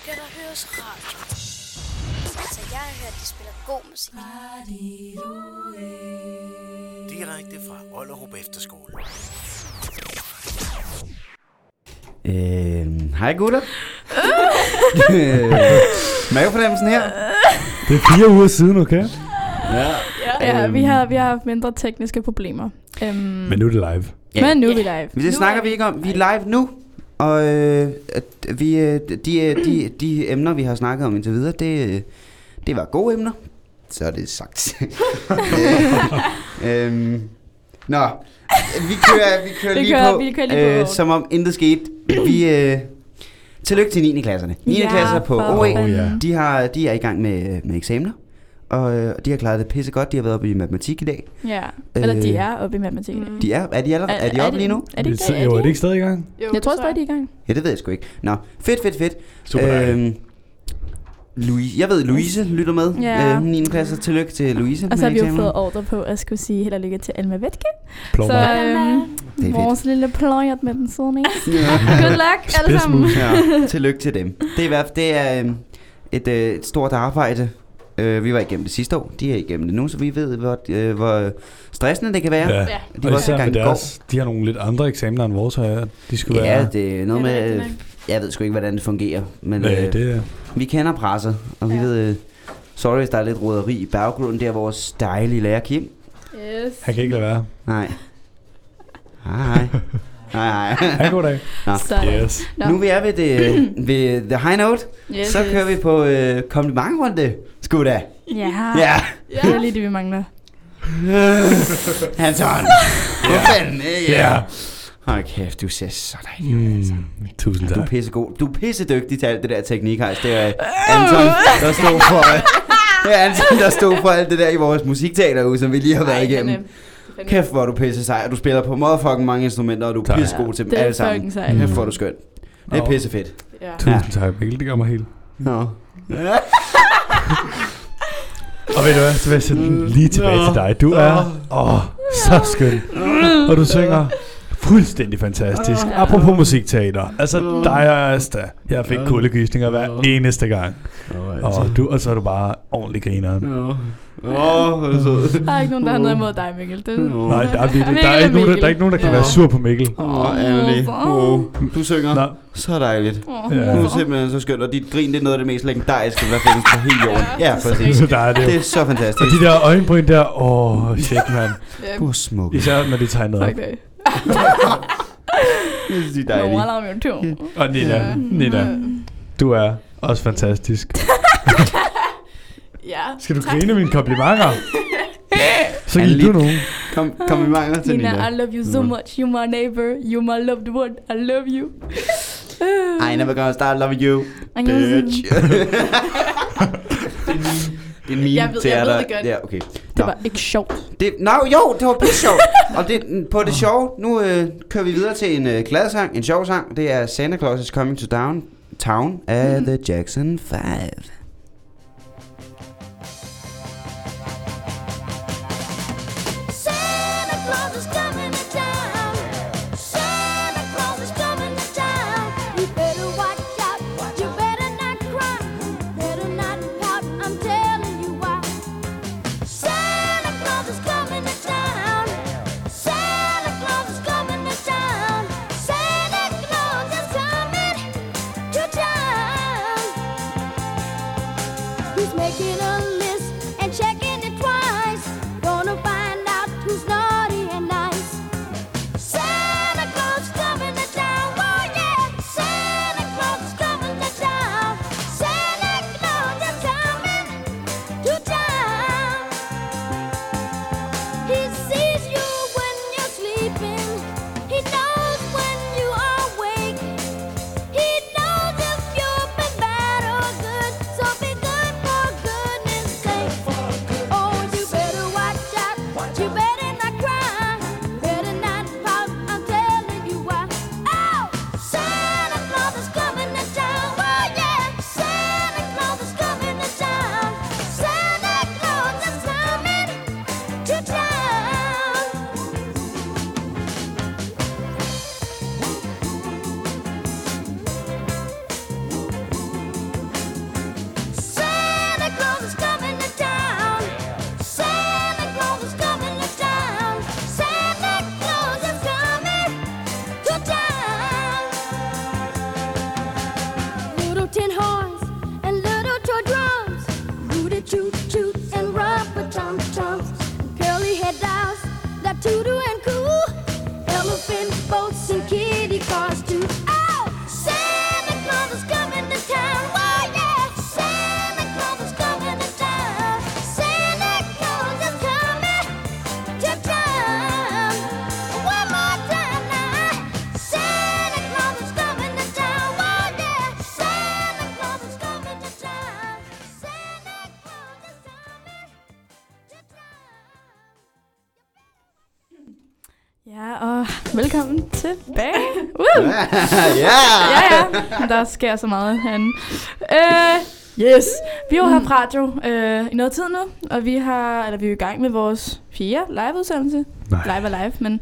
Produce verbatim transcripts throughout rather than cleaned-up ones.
skal der høres radio. Altså, jeg har hørt, de spiller god musik. Direkte fra Ollerup Efterskole. Øh, hej gutter. Mavefornemmelsen her. Det er fire uger siden, okay? Ja, Ja, øhm. vi har, vi har haft mindre tekniske problemer. Um, Men nu er det live. Ja. Men nu er vi live. Men det snakker vi ikke om. Vi er live nu. Og øh, at vi, øh, de, de, de emner, vi har snakket om indtil videre, det, det var gode emner. Så er det sagt. øhm, nå, vi kører, vi kører Vi lige kører- på, vi kører lige på. øh, som om intet skete. Vi, øh, tillykke til niende klasserne. niende Ja, klasser på for O E. fanden. De, har, de er i gang med, med eksamener. Og øh, de har klaret det pisse godt. De har været oppe i matematik i dag. Ja, eller de Øh, er oppe i matematik. Mm. De er, er de allerede, er de oppe lige nu? Er de, Er det, jo, er det ikke stadig i gang? Jo, jeg tror stadig, de er i gang. Ja, det ved jeg sgu ikke. Nå, fedt, fedt, fedt. Super dejligt. Øhm, Louise, jeg ved, Louise lytter med. Ja. Øh, niende klasse. Tillykke til Louise. Og så har vi jo eksamen. fået ordre på at skulle sige held og lykke til Alma Vetke. Plommer. Så Det er øhm, fedt. vores lille pløjert med den søde næse. Ja. Good luck alle sammen. Ja, tillykke til dem. Det er, i hvert fald- det er øhm, et, øh, et stort arbejde. Øh, vi var igennem det sidste år. De er igennem det nu, så vi ved, hvor, øh, hvor stressende det kan være. Ja, Ja. De var og også især i gang med i går. deres, de har nogle lidt andre eksamener end vores her. De skulle Ja, være... det er noget Det er med... rigtigt Øh, nok. jeg ved sgu ikke, hvordan det fungerer. Men Nej, øh, det er... vi kender presset, og vi Ja. ved... Øh, sorry, hvis der er lidt roderi i baggrunden. Det er vores dejlige lærer Kim. Yes. Han kan ikke lade være. Nej. Hej, hej. Hej, hej. Ha' en god dag. Nå. Sådan. Yes. Nå. Nu vi er ved, det, ved the high note, Yes, så yes. kører vi på øh, komplimentrunde. Sgu da. Ja. Ja. Det er lige det, vi mangler. Anton. Hvor fanden? Ja. Ja. Hold kæft, du ser så dejlig ud. Mm, tusind Du er tak. pissegod. Du er pissedygtig til alt det der teknik, Hejs. Det er Anton, der stod for... Det er Anton, der stod for alt det der i vores musikteater, som vi lige har været igennem. Kæft, hvor er du pisse sej, og du spiller på motherfucking mange instrumenter, og du er Tak. pissegod til dem Det er alle sammen. fucking sejt. Kæft, hvor er du skøn. Det er Nå. pissefedt. Ja. Tusind tak, Mikkel. Det gør mig helt. Nå. Og ved du hvad, så vil jeg sætte lige tilbage til dig. Du er åh, så skøn. Og du synger fuldstændig fantastisk. Apropos musikteater. Altså dig og Asta. Jeg fik kuldegysninger hver eneste gang. Og, du, og så er du bare ordentlig grineren. Åh, hvor er du sød. Der er ikke nogen, der har noget imod dig, Mikkel. Det, Nej, der er, virkelig, Mikkel der, er ikke nogen, der, Mikkel. der er ikke nogen, der kan Ja. være sur på Mikkel. Åh, ærgerligt. Åh, du synger Nå, så dejligt. Åh. Ja. Du er simpelthen så skønt, og dit grin, det er noget af det mest legendariske, der findes på hele jorden. Ja, Ja, det er så præcis. så der er det Det jo. er så Og fantastisk. de der øjenbryn der, åh, oh, shit, mand. Du er smuk. Især når de tegner op. Fuck det. Jeg synes, de er No, dejlige. I love you too. Og Nina, Nina, du er også fantastisk. Ja. Skal du grine mine komplimenter? Så Han giv lige- du nogen. Kom, komplimenter til Nina, Nina. I love you so much. You my neighbor. You my loved one. I love you. I never gonna start loving you, I know. bitch. Det er en meme Jeg ved- til jeg jer, ved der- det godt. Ja, okay. Det Nå. var ikke sjovt. Det, no, jo, det var pisse sjovt. Og det, på det sjove, nu øh, kører vi videre til en øh, glad sang, en sjov sang. Det er Santa Claus is Coming to Down, Town af The Jackson five. Santa Claus is coming to town. Santa Claus is coming to town. You better watch out. You better not cry. Better not pout. I'm telling you why. Santa Claus is coming to town. Santa Claus is coming to town. Santa Claus is coming to town. boats and kitty cars too. Oh, Santa Claus is coming to town. Oh yeah, Santa Claus is coming to town. Santa Claus is coming to town. One more time now. Santa Claus is coming to town. Oh yeah, Santa Claus is coming to town. Santa Claus is coming to town. Ja, og velkommen tilbage. Woo! Ja, Ja, ja. Der sker så meget herinde. Uh, yes. Vi er jo her på radio uh, i noget tid nu, og vi har, eller vi er i gang med vores fjerde live-udsendelse. Nej. Live er live, men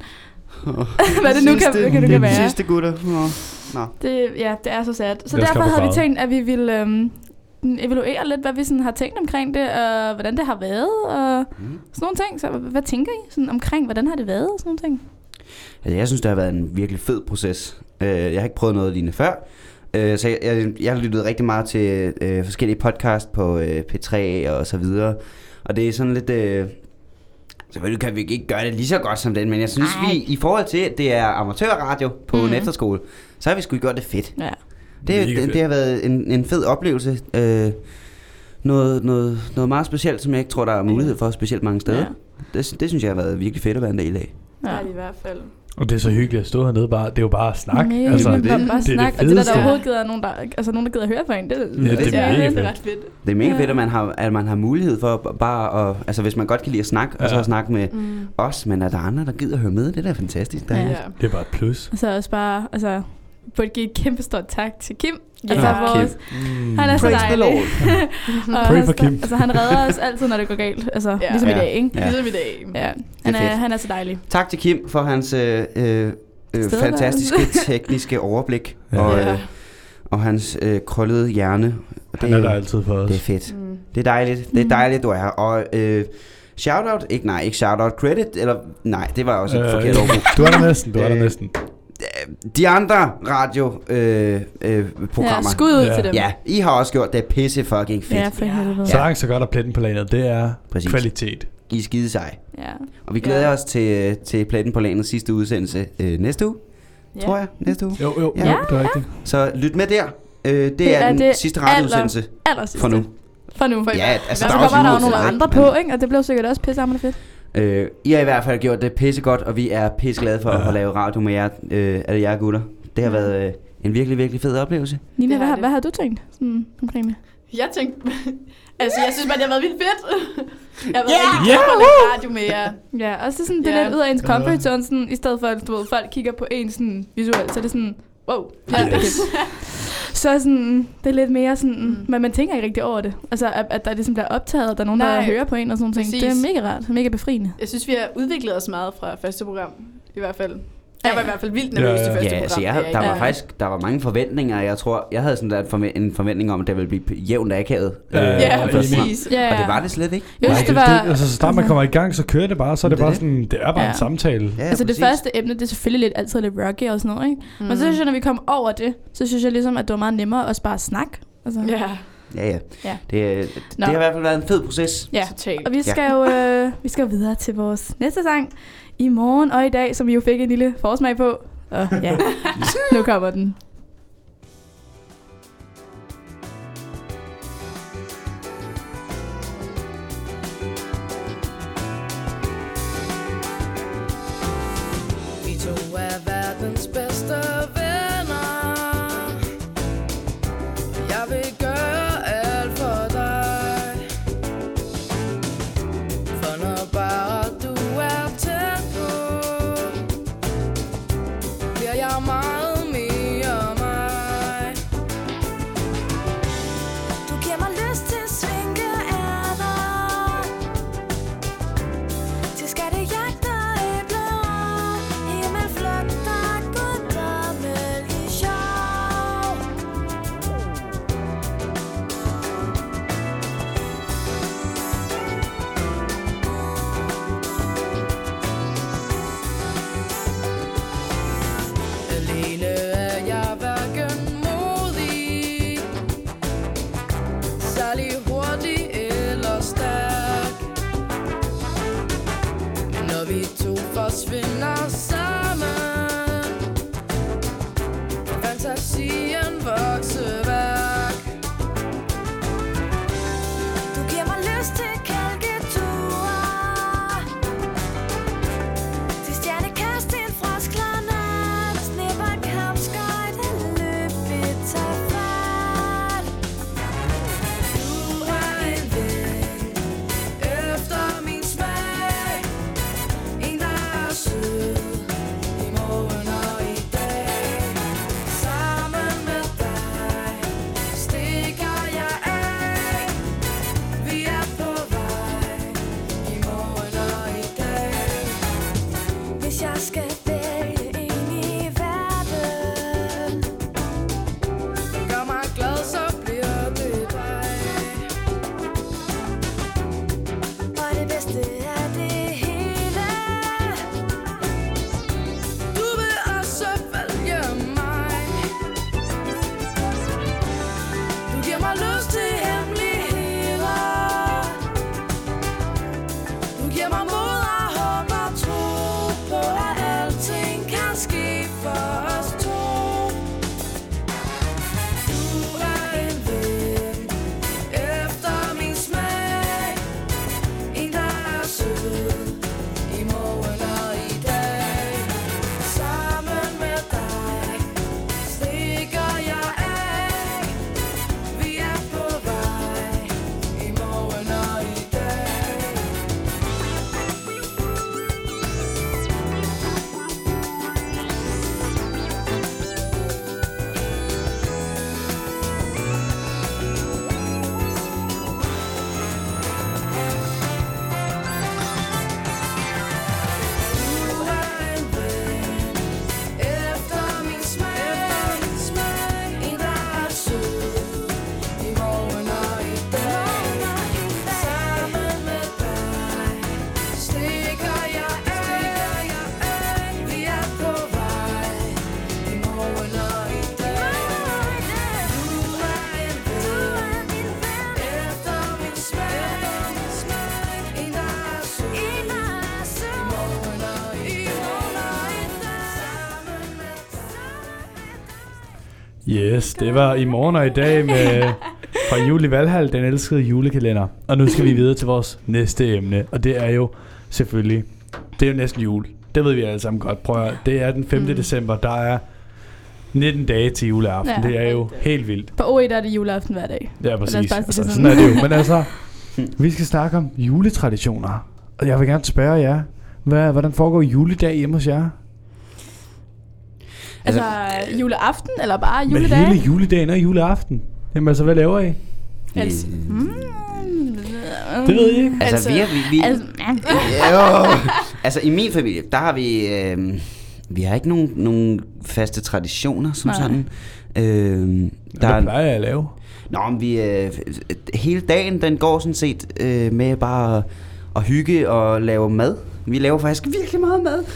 hvad det nu kan, hvad kan, det kan være. Sidste gutter. Nå. Nå. Det, ja, det er så sad. Så Jeg skal derfor på havde vi græde. tænkt, at vi ville um, evaluere lidt, hvad vi sådan har tænkt omkring det, og hvordan det har været, og Mm. sådan nogle ting. Så hvad tænker I sådan omkring, hvordan har det været, og sådan nogle ting? Altså, jeg synes, det har været en virkelig fed proces. Uh, jeg har ikke prøvet noget lignende før. Uh, så jeg, jeg, jeg har lyttet rigtig meget til uh, forskellige podcast på uh, P tre og så videre. Og det er sådan lidt... Uh, selvfølgelig kan vi ikke gøre det lige så godt som den, men jeg synes, Ej. vi i forhold til, at det er amatørradio på Mhm. en efterskole, så har vi sgu gjort det fedt. Ja. Det, Mega det, fedt. det har været en, en fed oplevelse. Øh, noget, noget, noget meget specielt, som jeg ikke tror, der er mulighed for specielt mange steder. Ja. Det, det synes jeg har været virkelig fedt at være en del af. Ja. Ja, i hvert fald. Og det er så hyggeligt at stå hernede bare. Det er jo bare snak. Mega, Altså, det, det, bare, det, bare det er snak, det og det der, der fedeste. overhovedet gider nogen, der, altså nogen, der gider høre på en, det, Ja, det, det er det mega det er fedt. ret fedt. Det er mega Ja. fedt, at man har, at man har mulighed for bare at... Altså, hvis man godt kan lide at snakke, og så Ja. at snakke med Mm. os, men er der andre, der gider at høre med, det er da fantastisk. Der Ja. ja. Ja. Det er bare et plus. Og så også bare, altså, burde give et kæmpe stort tak til Kim. Ja. Altså, vores, Mm. han er så Praise the dejlig. Lord. Og Pray han for står- Kim. Altså, han redder os altid, når det går galt. Altså, Ja. ligesom Ja. i dag, ikke? Ja. Ligesom i dag. Ja, han Det er, er fedt. han er så dejlig. Tak til Kim for hans øh, øh, øh, Stedværelse. fantastiske tekniske overblik, Ja. og, Ja. øh, og hans øh, krøllede hjerne. Og Han det- er der altid for os. Det er fedt. Mm. Det er dejligt. Det er Mm. dejligt, du er her. Og øh, shoutout, ikke nej, ikke shoutout, credit, eller nej, det var også et Øh, forkert ord. Du er der næsten, du er der Øh, næsten. De andre radio øh, øh, programmer. Ja, skud ud Ja. til dem. Ja, I har også gjort det pisse fucking fedt. Ja, for Ja. helvede. Så langt så godt at pletten på lanet, det er Præcis. kvalitet. I er skide sej. Ja. Og vi glæder Ja. os til, til Pletten på Landet sidste udsendelse øh, næste uge, Ja. tror jeg. Næste uge. Jo, jo, Ja. jo, det er rigtigt. Så lyt med der. Øh, det, Det er, er den det sidste radioudsendelse Allersidste. for nu. For nu. For i Ja, hvert- altså Så der er også kommer der jo nogle juleudsendelser, andre ikke? på, ikke? Og det blev sikkert også pissehammerende fedt. Øh, I har i hvert fald gjort det pissegodt, og vi er pisseglade for Ja. at lave radio med jer, øh, alle jer gutter. Det har Ja. været øh, en virkelig, virkelig fed oplevelse. Nina, Det hvad, har har- det. hvad har du tænkt sådan, omkring det? Jeg tænkte... altså, jeg synes bare, det har været vildt fedt. Jeg har været Ja! rigtig glad for at lave radio med jer. Ja, også det, sådan, det er Ja. lidt ud af ens Ja. comfort zone, sådan, i stedet for at du ved, folk kigger på en sådan, visuelt, så er det sådan, wow. Ja, Yes. Så sådan, det er lidt mere sådan, Mm. men man tænker ikke rigtig over det. Altså, at, at der ligesom bliver optaget, og der er nogen, der Nej. hører på en og sådan nogle ting. Præcis. Det er mega rart, mega befriende. Jeg synes, vi har udviklet os meget fra første program. I hvert fald. Ja, Jeg var ja. i hvert fald vildt Ja, nervøs ja. til første Ja, program. altså jeg, det er havde, jeg der ikke. var faktisk der var mange forventninger. Jeg tror, jeg havde sådan der en forve- en forventning om, at det ville blive jævnt akavet. Ja, øh, Ja, første program. præcis. Ja, Og det var det slet ikke. Jeg synes, Nej, det var... det, altså, så snart man kommer i gang, så kører det bare. Så er det Det er bare det. sådan, det er bare Ja. en samtale. Ja, Altså det præcis. første emne, det er selvfølgelig lidt altid lidt rocky og sådan noget, ikke? Mm. Men så synes jeg, når vi kom over det, så synes jeg ligesom, at det var meget nemmere også bare at snakke. Altså, Ja, Ja, ja. Ja. Det, øh, det, Nå. det har i hvert fald været en fed proces. ja. totalt. Og vi skal jo øh, vi skal jo videre til vores næste sang i morgen og i dag, som vi jo fik en lille forsmag på. Og ja, nu kommer den. Vi to er verdens bedste venner. Jeg vil gøre alt for dig. For når bare du er tæt på, bliver jeg meget mere mig. Du giver mig lyst til svinkeærter, til skattejagt og æbler. Himmel flugter guddommelig sjov. Alene fantasien vokseværk. Du giver mig lyst til kælketure, til stjernekast til en frostklar nat, snibbold, kampskøjt, et løb, vi tager fat. Du er en ven efter min smag, en der er sød i morgen og i dag. Sammen med dig stikker jeg af. Vi er på vej i morgen og i dag. Hvis jeg skal vælge en i verden, gør mig glad, så bliver det dig. Og det bedste er det hele. Du vil også vælge mig. Du giver mig lyst til hemmeligheder. Du giver mig mod og håb og tro på, at alting kan ske for os to. Du er en ven efter min smag, en der er sød i morgen og i dag. Sammen med dig stikker jeg af. Vi er på vej i morgen og i dag. Du er en ven efter min smag, en der er sød i morgen og i dag. Sammen med dig stikker jeg af. Vi er på vej i morgen og i dag. Du er en ven efter min smag, en der er sød i morgen og i dag. Yes, det var i morgen og i dag med fra Jul i Valhall, den elskede julekalender. Og nu skal vi videre til vores næste emne, og det er jo selvfølgelig, det er jo næsten jul. Det ved vi alle sammen godt. Prøv at, det er den femte Mm. december, der er nitten dage til juleaften. Ja. Det er jo helt vildt. På O E der er det juleaften hver dag. Ja, lad os præcis. bare sige Altså, det sådan er det jo. Men altså, vi skal snakke om juletraditioner. Og jeg vil gerne spørge jer, hvad, hvordan foregår juledag hjemme hos jer? Altså, juleaften, eller bare Med juledag? hele juledagen og juleaften. Jamen altså, hvad laver I? Altså, mm, Det ved I ikke. Altså, vi er... Vi, vi, altså, jo. Altså, i min familie, der har vi... Øh, vi har ikke nogen, nogen faste traditioner, som Nej. sådan. Øh, der Hvad er, plejer jeg at lave? Nå, men vi... Øh, hele dagen, den går sådan set øh, med bare at, at hygge og lave mad. Vi laver faktisk virkelig meget mad.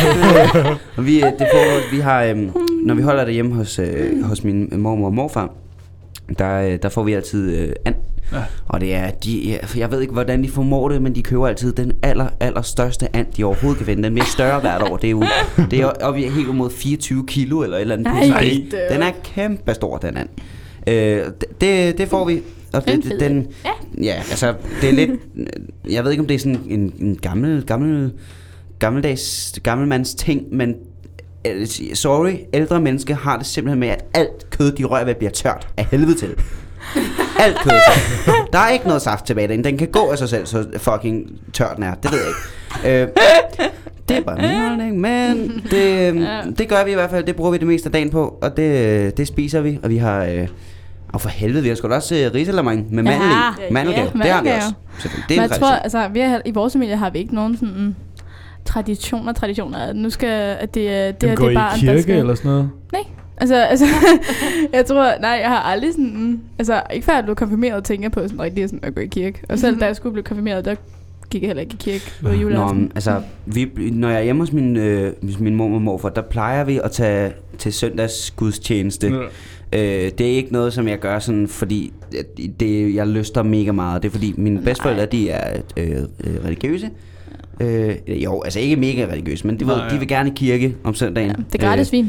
Og vi, det får, vi har, øh, når vi holder det hjemme hos, øh, hos min mormor og morfar, der, der får vi altid øh, and. Ja. Og det er, de, jeg ved ikke hvordan de formår det, men de køber altid den aller, aller største and, de overhovedet kan vinde. Den bliver større hvert år. Det er jo, det er, og vi er helt mod fireogtyve kilo eller et eller andet. Nej, Nej, det- den er kæmpe stor, den and. Øh, det, det får vi. Og Den det, fede. den, ja, altså det er lidt. Jeg ved ikke om det er sådan en, en gammel, gammel, gammeldags, gammelmands ting, men øh, sorry, ældre mennesker har det simpelthen med, at alt kød de rører ved bliver tørt af helvede til. Alt kød er tørt. Der er ikke noget saft tilbage derinde. Den kan gå af sig selv, så fucking tørt den er. Det ved jeg ikke. Øh, det er bare min holdning, men det, det gør vi i hvert fald. Det bruger vi det meste af dagen på, og det, det spiser vi. Og vi har... Øh, og for helvede, vi har sgu da også uh, risalamande med mandel Ja. i. Mandelgave, Ja, det har vi mandelgave. også. Selvfølgelig. Det er Men en jeg tror, tradition. altså, vi har, i vores familie har vi ikke nogen sådan traditioner, traditioner. Nu skal, at det, er- det, Den her, går det er i bare, kirke skal, eller sådan noget? Nej, altså, altså jeg tror, nej, jeg har aldrig sådan, altså ikke før jeg blev konfirmeret, tænker jeg på sådan rigtig sådan at gå i kirke. Og selv da jeg skulle blive konfirmeret, der gik jeg heller ikke i kirke på Nå, juleaften. men, altså, vi, når jeg er hjemme hos min, øh, hos min mor og morfar, der plejer vi at tage til søndagsgudstjeneste. Ja. Øh, det er ikke noget, som jeg gør sådan, fordi det, jeg lyster mega meget. Det er fordi mine bedsteforældre, de er øh, øh, religiøse. Øh, jo, altså ikke mega religiøse, men de, ved, Nej, ja. de vil gerne i kirke om søndagen. Ja, det er gratis Øh, vin.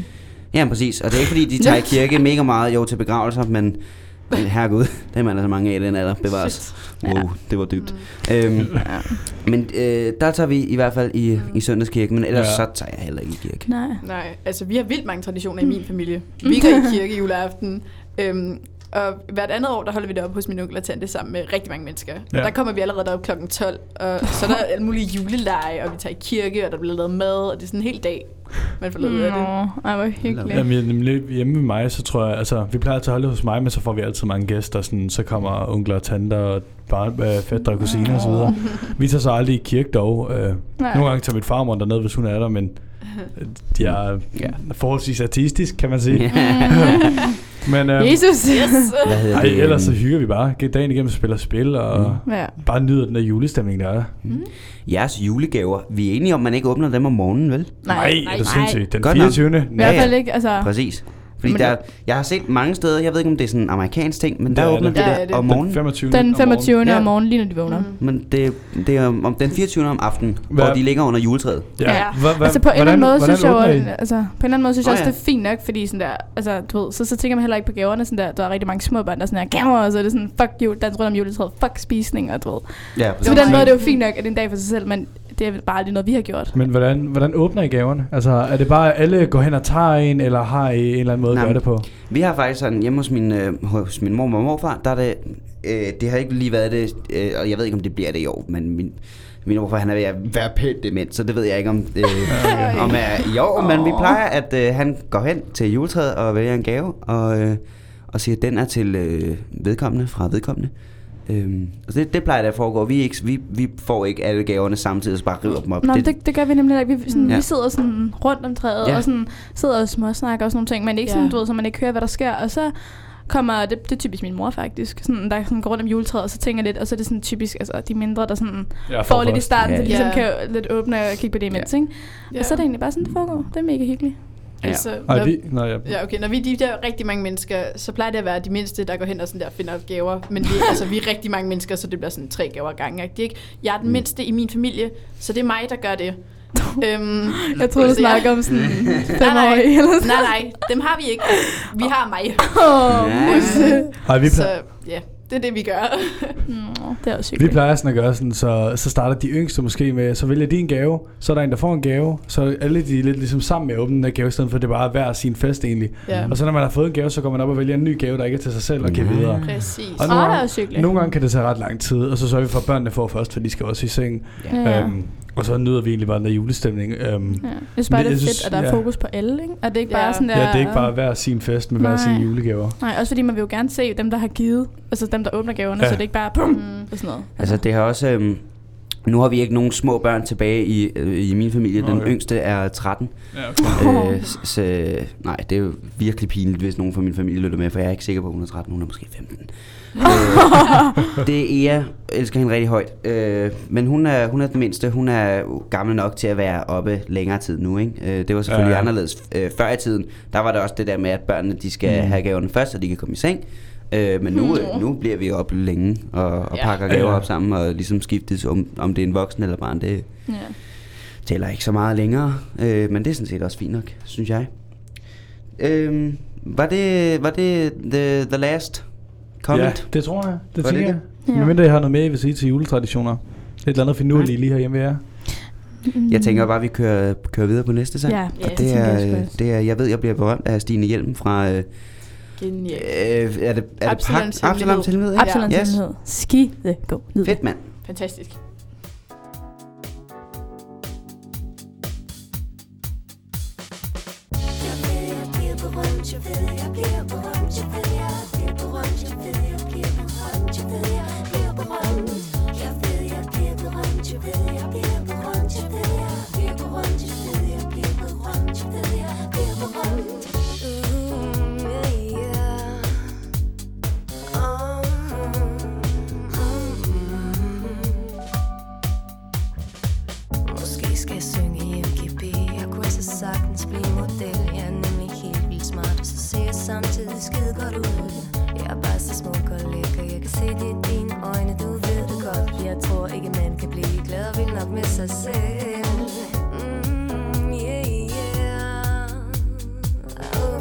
Ja, præcis. Og det er ikke fordi, de tager i kirke mega meget, jo, til begravelser, men, men herregud, det er man altså mange af i den alder, bevares. Wow, ja. Det var dybt. Mm. Øhm, ja. Men øh, der tager vi i hvert fald i, i søndagskirke, men ellers ja. så tager jeg heller ikke i kirke. Nej. Nej, altså vi har vildt mange traditioner i min familie. Vi går i kirke juleaften, øhm, og hvert andet år, der holder vi det op hos min onkel og tante sammen med rigtig mange mennesker. Ja. Og der kommer vi allerede op klokken tolv, og så er der alle mulige juleleje, og vi tager i kirke, og der bliver lavet mad, og det er sådan en hel dag, man får lavet af det. Ej, hvor hyggeligt. Jamen, hjemme med mig, så tror jeg, altså, vi plejer til at holde hos mig, men så får vi altid mange gæster, sådan, så kommer onkler og tanter og barn, øh, fætter og kusiner og så videre. Vi tager så aldrig i kirke dog. Øh, nogle gange tager mit farmor dernede, hvis hun er der, men de er ja, forholdsvis artistisk, kan man sige. Men, øh, Jesus! Yes. Ej, ellers så hygger vi bare. Dagen igennem spiller spil og mm. ja. bare nyder den der julestemning, der er. Mm. Jeres julegaver, vi er enige om, man ikke åbner dem om morgenen, vel? Nej, nej, er det sindssygt. Den fireogtyvende I hvert fald ikke, altså. Præcis. Fordi der, jeg har set mange steder, jeg ved ikke om det er sådan en amerikansk ting, men der åbner det, det der det. om morgenen. Den femogtyvende Den femogtyvende om morgenen, lige når de vågner. Mm. Men det, det er om den fireogtyvende om aftenen, hvor de ligger under juletræet. Ja, ja. Hva, hva, altså på en eller anden måde synes jeg altså på en eller anden måde synes jeg også det er fint nok, fordi sådan der, altså du ved, så så tænker man heller ikke på gaverne sådan der, der er rigtig mange små børn der sådan der gaver, og så er det sådan fuck jul, dans rundt om juletræet, fuck spisning og du ved. Ja, så på den måde det er jo fint nok, at det er en dag for sig selv, men det er bare aldrig noget, vi har gjort. Men hvordan, hvordan åbner I gaverne? Altså, er det bare, at alle går hen og tager en, eller har I en eller anden måde at gøre det på? Vi har faktisk sådan, hjemme hos min, øh, hos min mor og morfar, der er det, øh, det har ikke lige været det, øh, og jeg ved ikke, om det bliver det i år, men min, min morfar, han er ved at være pænt dement, så det ved jeg ikke, om, øh, om er i år, oh. men vi plejer, at øh, han går hen til juletræet og vælger en gave, og, øh, og siger, at den er til øh, vedkommende, fra vedkommende. Øhm, altså det, det plejer det at foregå. Vi, ikke, vi, vi får ikke alle gaverne samtidig, så bare river dem op. Nå, det, det, det gør vi nemlig ikke. Vi, sådan, ja. vi sidder sådan rundt om træet ja. og sådan, sidder og småsnakker og sådan nogle ting, men ikke ja. sådan, du ved, så man ikke hører, hvad der sker. Og så kommer, det, det er typisk min mor faktisk, sådan, der sådan går rundt om juletræet, og så tænker lidt, og så er det sådan typisk, altså de mindre, der sådan ja, får, får lidt i starten, ja. så de ligesom ja. kan lidt åbne og kigge på det imens, ja. ikke? Ja. Og så er det egentlig bare sådan, det foregår. Det er mega hyggeligt. Ja. Altså, når, når, vi, når jeg... ja, okay, når vi er de der rigtig mange mennesker, så plejer det at være de mindste, der går hen og sådan der finder gaver. Men vi, altså, vi er rigtig mange mennesker, så det bliver sådan tre gaver gange. Jeg er den mindste i min familie, så det er mig, der gør det. øhm, jeg troede, du snakker om sådan femårige eller sådan. Nej, nej, dem har vi ikke. Vi har mig. Oh, ja. Så ja, det er det, vi gør. Nå, det er også vi plejer sådan at gøre sådan, så, så starter de yngste måske med, så vælger de en gave, så er der en, der får en gave, så alle de lidt ligesom sammen med at åbne den der gave, i stedet for det bare hver sin fest egentlig. Ja. Og så når man har fået en gave, så går man op og vælger en ny gave, der ikke er til sig selv og giver ja. videre. Præcis. Og nogle, oh, gange, nogle gange kan det tage ret lang tid, og så sørger vi for, at børnene får først, for de skal også i seng. Ja. Øhm, og så nyder vi egentlig bare den der julestemning. Øhm, ja. Jeg synes bare, det er fedt, at der er ja. fokus på alle, ikke? Og det er ikke ja. bare sådan der... Ja, det er ikke bare hver sin fest med Nej. hver sine julegaver. Nej, også fordi man vil jo gerne se dem, der har givet, altså dem, der åbner gaverne, ja. så det er ikke bare pum, mm. og sådan noget. Altså det har også... Øhm, nu har vi ikke nogen små børn tilbage i, øh, i min familie. Den okay. yngste er tretten. Ja, okay. øh, så, nej, det er jo virkelig pinligt, hvis nogen fra min familie lytter med, for jeg er ikke sikker på, at hun er tretten, hun er måske femten. øh, det er Ea, elsker hende rigtig højt. Øh, men hun er, hun er den mindste. Hun er gammel nok til at være oppe længere tid nu, ikke? Øh, det var selvfølgelig ja, ja. anderledes øh, før i tiden. Der var det også det der med, at børnene de skal mm. have gaverne først, så de kan komme i seng. Øh, men nu, mm. nu bliver vi op længe og, og ja. pakker gaver op sammen og ligesom skiftes om, om det er en voksen eller barn. Det ja. tæller ikke så meget længere, øh, men det er sådan set også fint nok, synes jeg. Øh, var det, var det the, the last comment? Ja, det tror jeg. Det tænker jeg. Ja. Men mindre jeg har noget mere, I vil sige til juletraditioner. Et eller andet finurligt lige herhjemme ved jer. Jeg tænker bare, at vi kører, kører videre på næste sang. Ja, og ja, det, det, er, det er, jeg ved, jeg bliver berømt af Stine Hjelm fra... Øh, Genialt. Øh, er det, er Absalons det Absalons hemmelighed? Absalons hemmelighed. Skide god. Fedt, mand. Fantastisk. Mm, yeah, yeah. Oh.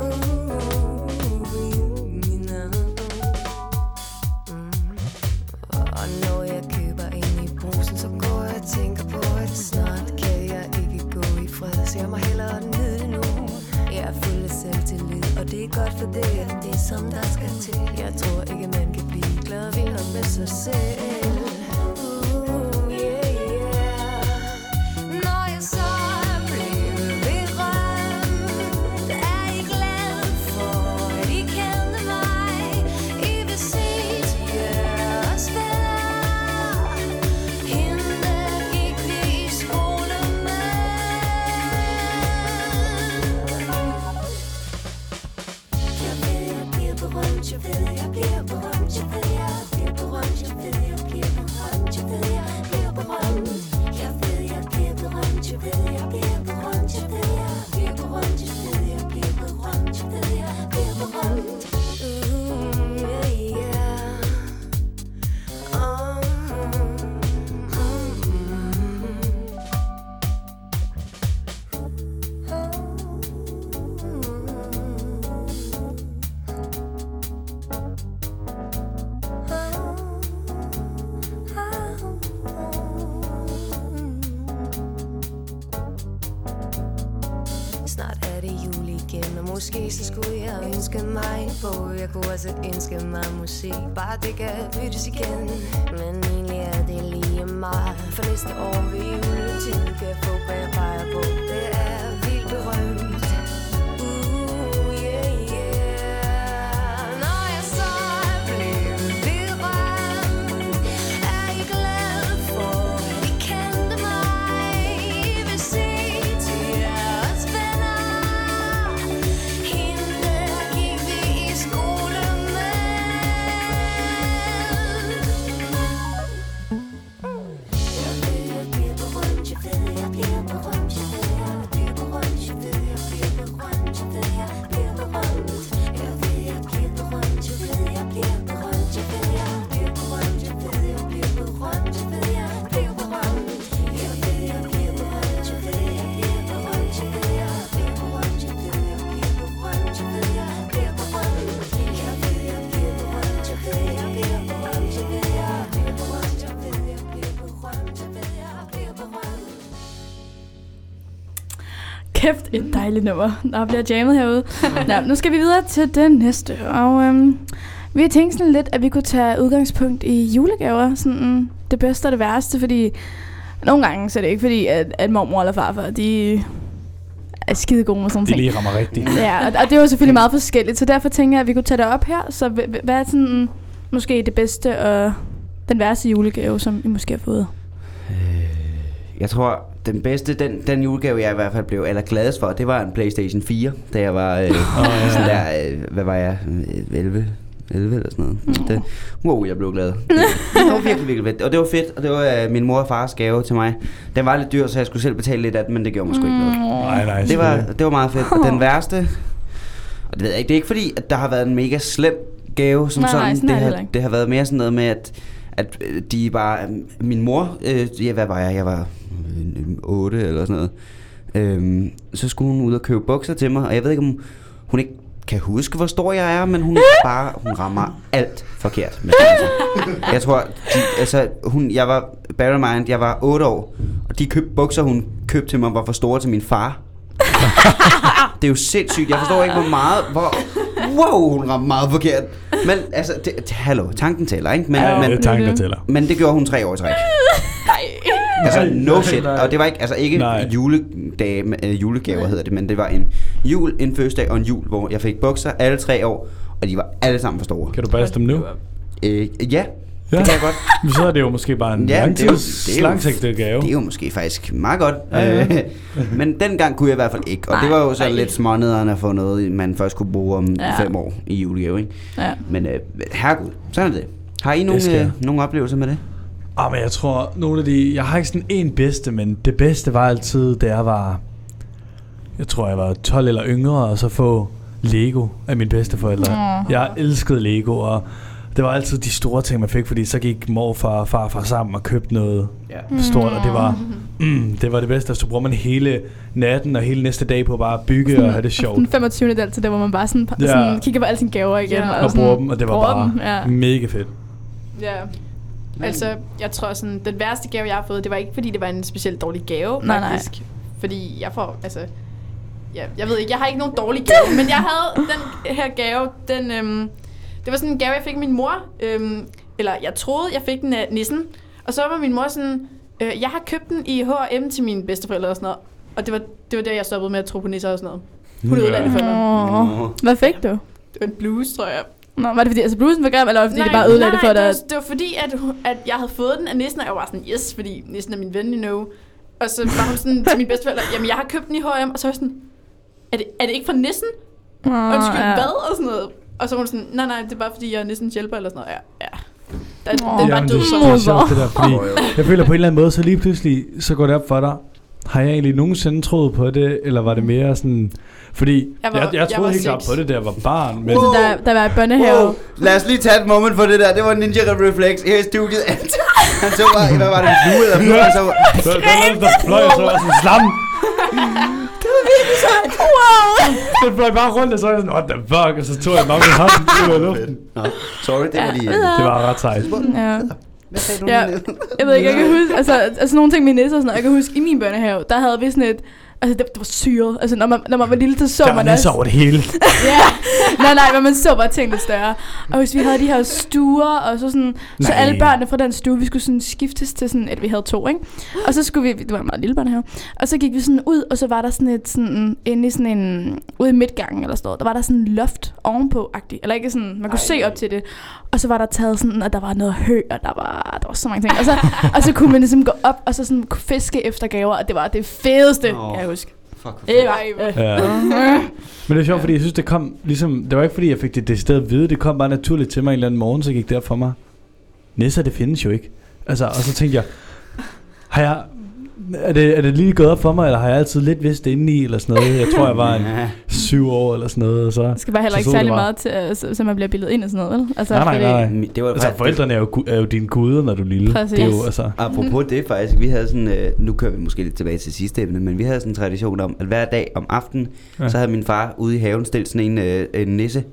selvtillid, og det er godt for det, er det som der skal til. Jeg tror ikke, man kan blive glad og vild nok med sig selv. Uh, yeah, yeah. Når jeg så er blevet berømt, er I glad for, at I kender mig. I vil se til jeres venner. Hende gik vi i skole med. Jeg ved, jeg bliver berømt, jeg ved, jeg bliver berømt, jeg ved, jeg bliver berømt, jeg ved, jeg bliver berømt, jeg ved, jeg bliver berømt. Jeg ved, jeg bliver berømt, jeg ved, jeg bliver berømt, jeg ved, jeg bliver berømt, jeg ved, jeg bliver berømt, jeg ved, jeg bliver berømt. Mm, yeah, yeah. Oh, Snart er det jul igen, og måske så skulle jeg ønske mig en bog. Jeg kunne også ønske mig musik, bare det kan byttes igen. Men egentlig er det lige meget, for næste år ved juletid kan jeg få, hvad jeg peger på. Det er vildt berømt. Uh, yeah, yeah. Når jeg så er blevet berømt, er I glad for, at I kendte mig. I vil se til jeres venner. Hende gik vi i skole med. Jeg ved, jeg bliver berømt, jeg ved, jeg bliver berømt, jeg ved, jeg bliver berømt, jeg ved, jeg bliver berømt, jeg ved, jeg bliver berømt. Jeg ved, jeg bliver berømt, jeg ved, jeg bliver berømt, jeg ved, jeg bliver berømt, jeg ved, jeg bliver berømt, jeg ved, jeg bliver berømt. Jeg ved, jeg bliver berømt, jeg ved, jeg bliver berømt, jeg ved, jeg bliver berømt, jeg ved, jeg bliver berømt, jeg ved, jeg bliver berømt. Jeg ved, jeg bliver berømt, jeg ved, jeg bliver berømt, jeg ved, jeg bliver berømt, jeg ved, jeg bliver berømt, jeg ved, jeg bliver berømt. Kæft, et dejligt nummer. Der bliver jammet herude. Nå, nu skal vi videre til den næste. Og øhm, vi har tænkt sådan lidt, at vi kunne tage udgangspunkt i julegaver. Sådan det bedste og det værste, fordi nogle gange så er det ikke fordi, at, at mormor eller farfar, de er skide gode med sådan Det ting. lige rammer rigtigt. Ja, og, og det er jo selvfølgelig meget forskelligt, så derfor tænker jeg, at vi kunne tage det op her. Så h- h- hvad er sådan måske det bedste og den værste julegave, som I måske har fået? Jeg tror, den bedste, den, den julegave, jeg i hvert fald blev allergladest for, det var en PlayStation fire, da jeg var øh, sådan der, øh, hvad var jeg, elleve, elleve eller sådan noget. Mm. Det, wow, jeg blev glad. Det, det var virkelig, virkelig fedt. Og det var fedt, og det var øh, min mor og fars gave til mig. Den var lidt dyr, så jeg skulle selv betale lidt af den, men det gjorde mig sgu ikke noget. Nej, nej. Det var, det var meget fedt. Og den værste, og det ved jeg ikke, det er ikke fordi, at der har været en mega slem gave som Nej, sådan. nej, sådan det, er det har, heller ikke. det har været mere sådan noget med, at, at øh, de bare, min mor, øh, ja, hvad var jeg, jeg var otte eller sådan noget. Øhm, så skulle hun ud og købe bukser til mig, og jeg ved ikke, om hun ikke kan huske, hvor stor jeg er, men hun bare, hun rammer alt forkert med størrelse. Jeg tror, de, altså, hun, jeg var, bear in mind, jeg var otte år, og de køb, bukser, hun købte til mig, var for store til min far. Det er jo sindssygt. Jeg forstår ikke, hvor meget, hvor, wow, hun ramte meget forkert. Men altså, det, det, hallo, tanken tæller, ikke? Men, Ja, men, det er tanken, der tæller. men det gjorde hun tre år i træk. Altså, no shit. Og det var ikke, altså ikke Nej. juledage, øh, julegaver hedder det, men det var en jul, en fødselsdag og en jul, hvor jeg fik bukser alle tre år, og de var alle sammen for store. Kan du passe dem nu? Øh, ja, Ja. det kan jeg godt. Men så er det jo måske bare en Ja, ja, det er jo- langtids, det er jo- langsigtet gave. Det er jo måske faktisk meget godt. Ja, ja. Øh, men dengang kunne jeg i hvert fald ikke. Og Nej, det var jo så nej. lidt smånederne at få noget, man først kunne bruge om Ja. fem år i julegave, ikke? Ja. Men øh, herregud, sådan er det. Har I nogle, skal- øh, nogle oplevelser med det? Ah, men jeg tror, nogle af de... Jeg har ikke sådan en bedste, men det bedste var altid, da jeg var... Jeg tror, jeg var tolv eller yngre, og så få Lego af mine bedsteforældre. Åh. Jeg elskede Lego, og det var altid de store ting, man fik, fordi så gik morfar og farfar sammen og købte noget Ja. stort, og det var, mm, det var det bedste. Så bruger man hele natten og hele næste dag på bare at bygge og have det sjovt. Den femogtyvende dag til det, hvor man bare sådan, Ja. sådan kigger på alle sine gaver igen. Ja. Og sådan bruger dem, og det var bruger bare dem, ja. mega fedt. Ja. Altså, jeg tror sådan, den værste gave, jeg har fået, det var ikke, fordi det var en specielt dårlig gave, Nej, nej. faktisk. Fordi jeg får, altså... ja, jeg ved ikke, jeg har ikke nogen dårlig gave, men jeg havde den her gave, den, øhm, det var sådan en gave, jeg fik af min mor, øhm, eller jeg troede, jeg fik den af nissen, og så var min mor sådan, øh, jeg har købt den i H og M til mine bedsteforældre og sådan noget, og det var, det var der, jeg stoppede med at tro på nisser og sådan noget. Hun er udlandet for mig. Hvad fik du? Det var en bluse, tror jeg. Nå, var det fordi, altså blusen var grim, eller var det fordi, nej, det bare ødelagde det for dig? Nej, det var, det var fordi, at, at jeg havde fået den af nissen, og jeg var sådan, yes, fordi nissen er min ven, you know. Og så var hun sådan til mine bedsteforældre, jamen jeg har købt den i H og M, og så var jeg sådan, er det, er det ikke fra nissen? Oh, Undskyld, ja. hvad? Og sådan noget. Og så var hun sådan, nej, nej, det er bare fordi, jeg er nissens hjælper, eller sådan noget. Ja, ja. Den, Åh. den var Jamen, død det, så. det er sjovt, det der, fordi jeg føler på en eller anden måde, så lige pludselig, så går det op for dig. Har jeg egentlig nogensinde troet på det, eller var det mere sådan... Fordi Jeg var- jeg, jeg, jeg jeg troede var helt klart seks. på det, da jeg var barn, men... Så der, der var i børnehave. Wow. Lad os lige tage et moment for det der. Det var Ninja Reflex her i studiet. Han så bare, hvad var det, en flue eller flue? Han så Så der var noget, der fløj, og så var sådan en slam. Det var virkelig sejt. Wow. Den fløj bare rundt, og så var jeg sådan, what the fuck? Og så tog jeg nok i hånden ud af luften. Nå, sorry, det var lige... Det var ret sejt. Ja. Hvad sagde du? Ja, jeg ved ikke, jeg kan huske, altså, altså nogle ting med nisser og sådan noget, jeg kan huske, i min børnehave, der havde vi sådan et, altså det, det var syret, altså når man, når man var lille, så så Der var man næste også, over det hele. ja, nej nej, men man så bare ting lidt større, og hvis vi havde de her stuer, og så sådan, så Nej. alle børnene fra den stue, vi skulle sådan skiftes til sådan, at vi havde to, ikke, og så skulle vi, det var en meget lille børnehave, og så gik vi sådan ud, og så var der sådan et, sådan, inde i sådan en, ude i midtgangen eller sådan noget, der var der sådan en loft ovenpå-agtig, eller ikke sådan, man kunne Ej. se op til det, og så var der taget sådan, at der var noget hø, og der var, der var så mange ting. Og så, og så kunne man ligesom gå op, og så sådan kunne fiske efter gaver, og det var det fedeste, Åh. kan jeg huske. Fuck. Det var, øh. Ja. Men det er sjovt, fordi jeg synes, det kom ligesom... Det var ikke, fordi jeg fik det decideret at vide. Det kom bare naturligt til mig en eller anden morgen, så gik det op for mig. Nisser, det findes jo ikke. Altså, og så tænkte jeg... Har jeg... Er det, er det lige gået op for mig, eller har jeg altid lidt vidst det indeni, eller sådan noget? Jeg tror, jeg var en syv år, eller sådan noget. Og så, Det skal bare heller så ikke så det særlig bare. meget til, øh, så, så man bliver bildet ind og sådan noget, vel? Altså, Nej, nej, fordi- nej, nej. Det var Altså, faktisk, forældrene er jo, gu- er jo dine guder, når du er lille. Præcis. Det er jo, altså... apropos det faktisk, vi havde sådan, øh, nu kører vi måske lidt tilbage til sidste emne, men vi havde sådan en tradition om, at hver dag om aftenen, Ja. ja. så havde min far ude i haven stillet sådan en, øh, en nisse.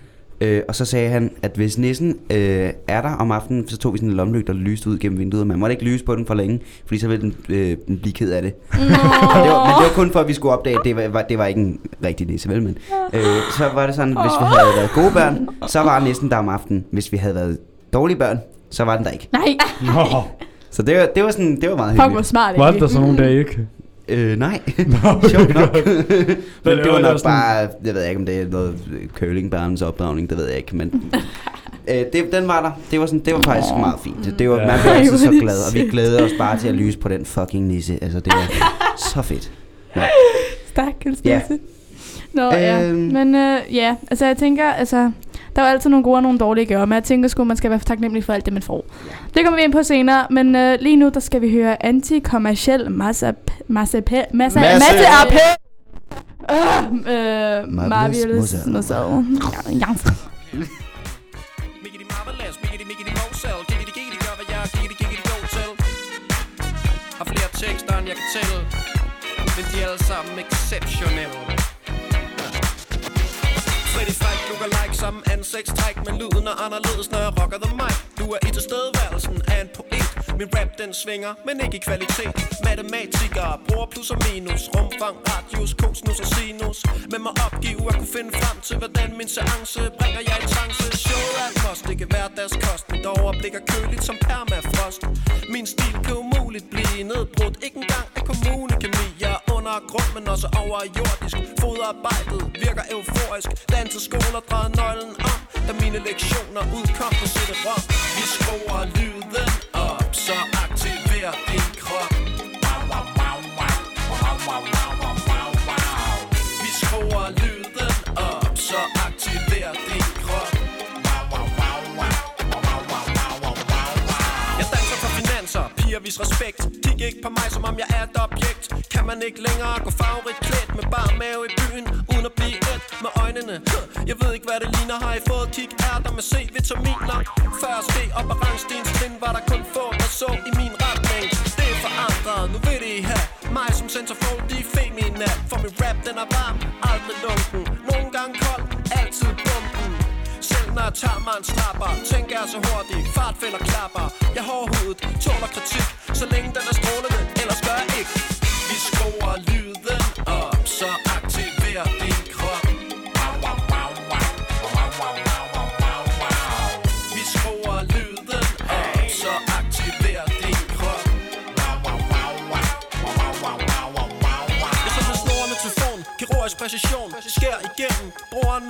Øh, og så sagde han, at hvis nissen øh, er der om aftenen, så tog vi sådan en lommelygte, der lyste ud gennem vinduet. Man måtte ikke lyse på den for længe, fordi så ville den, øh, den blive ked af det. Og det var, men det var kun for, at vi skulle opdage, at det var, var, det var ikke en rigtig nisse, vel? Men, øh, så var det sådan, at hvis vi havde været gode børn, så var nissen der om aftenen. Hvis vi havde været dårlige børn, så var den der ikke. Nej, Nå, Så det var, det var, sådan, det var meget fuck hvor hyggeligt. smart, var det ikke? der så nogle dage ikke? Øh, nej. Nå, Sjovt nok. Men Hvad det laver var I nok der sådan? bare, jeg ved ikke, om det er noget curlingbærens opdragning, det ved jeg ikke, men øh, det, den var der. Det var, sådan, det var faktisk meget fint. Det var, Ja. man blev Ej, altid så hvor er det glad, og vi glædede os bare til at lyse på den fucking nisse. Altså, det var så fedt. Ja. Stakkels Ja. nisse. Nå, ja. Øhm. Men øh, ja, altså jeg tænker, altså... Der er jo altid nogle gode og nogle dårlige gaver, men jeg tænker sgu, man skal være taknemmelig for alt det, man får. Det kommer vi ind på senere, men øh, lige nu, der skal vi høre anti-kommerciel masse masse masse masse Masse. appel. Øh, øh, Marvelous Mozart. Mozart. Ja, ja. Miggity marvelous, miggity miggity mosel, giggity giggity gør hvad jeg giggity giggity go til. Har flere tekster end jeg kan tælle, men de er alle sammen exceptionelle. Freddy Fræk lukker like som ansigtstræk, men lyden er anderledes, når jeg rocker the mic. Du er i tilstedeværelsen af en poet. Min rap den svinger, men ikke i kvalitet. Matematikere bruger plus og minus, rumfang, radius, cosinus og sinus. Men må opgive at kunne finde frem til, hvordan min seance bringer jeg i trance. Showet er et must, ikke hverdagskost. Mit overblik er køligt som permafrost. Min stil kan umuligt blive nedbrudt, ikke engang af kommunekemi. Jeg er under grund, men også over jordisk. Fodarbejdet virker euforisk. Danseskoler drejer nøglen om, da mine lektioner udkom på C D-rom. Vi skruer lyden op, så aktiver din krop. Vi skruer lyden op, så aktiver din krop. Jeg danser for finanser, piger vis respekt. Kig ikke på mig, som om jeg er et objekt. Kan man ikke længere gå farverigt klædt med bar mave i byen, uden at blive et med øjnene? Jeg ved ikke, hvad det ligner. Har I fået kig ærter med C-vitaminer? Før ske op ad rangstens trin, var der kun få, der så i min retning. Det er forandret, nu vil det I have mig som centerfold, de er feminat. For min rap, den er varm, aldrig lunken. Nogle gange kold, altid bomben. Selv når jeg tager mig en slapper, tænker jeg så hurtigt, fartfælder klapper. Jeg har hårdhudet, tåler kritik, så længe den er strålende, ellers gør jeg ikke. Vi skruer lyden op, så aktiver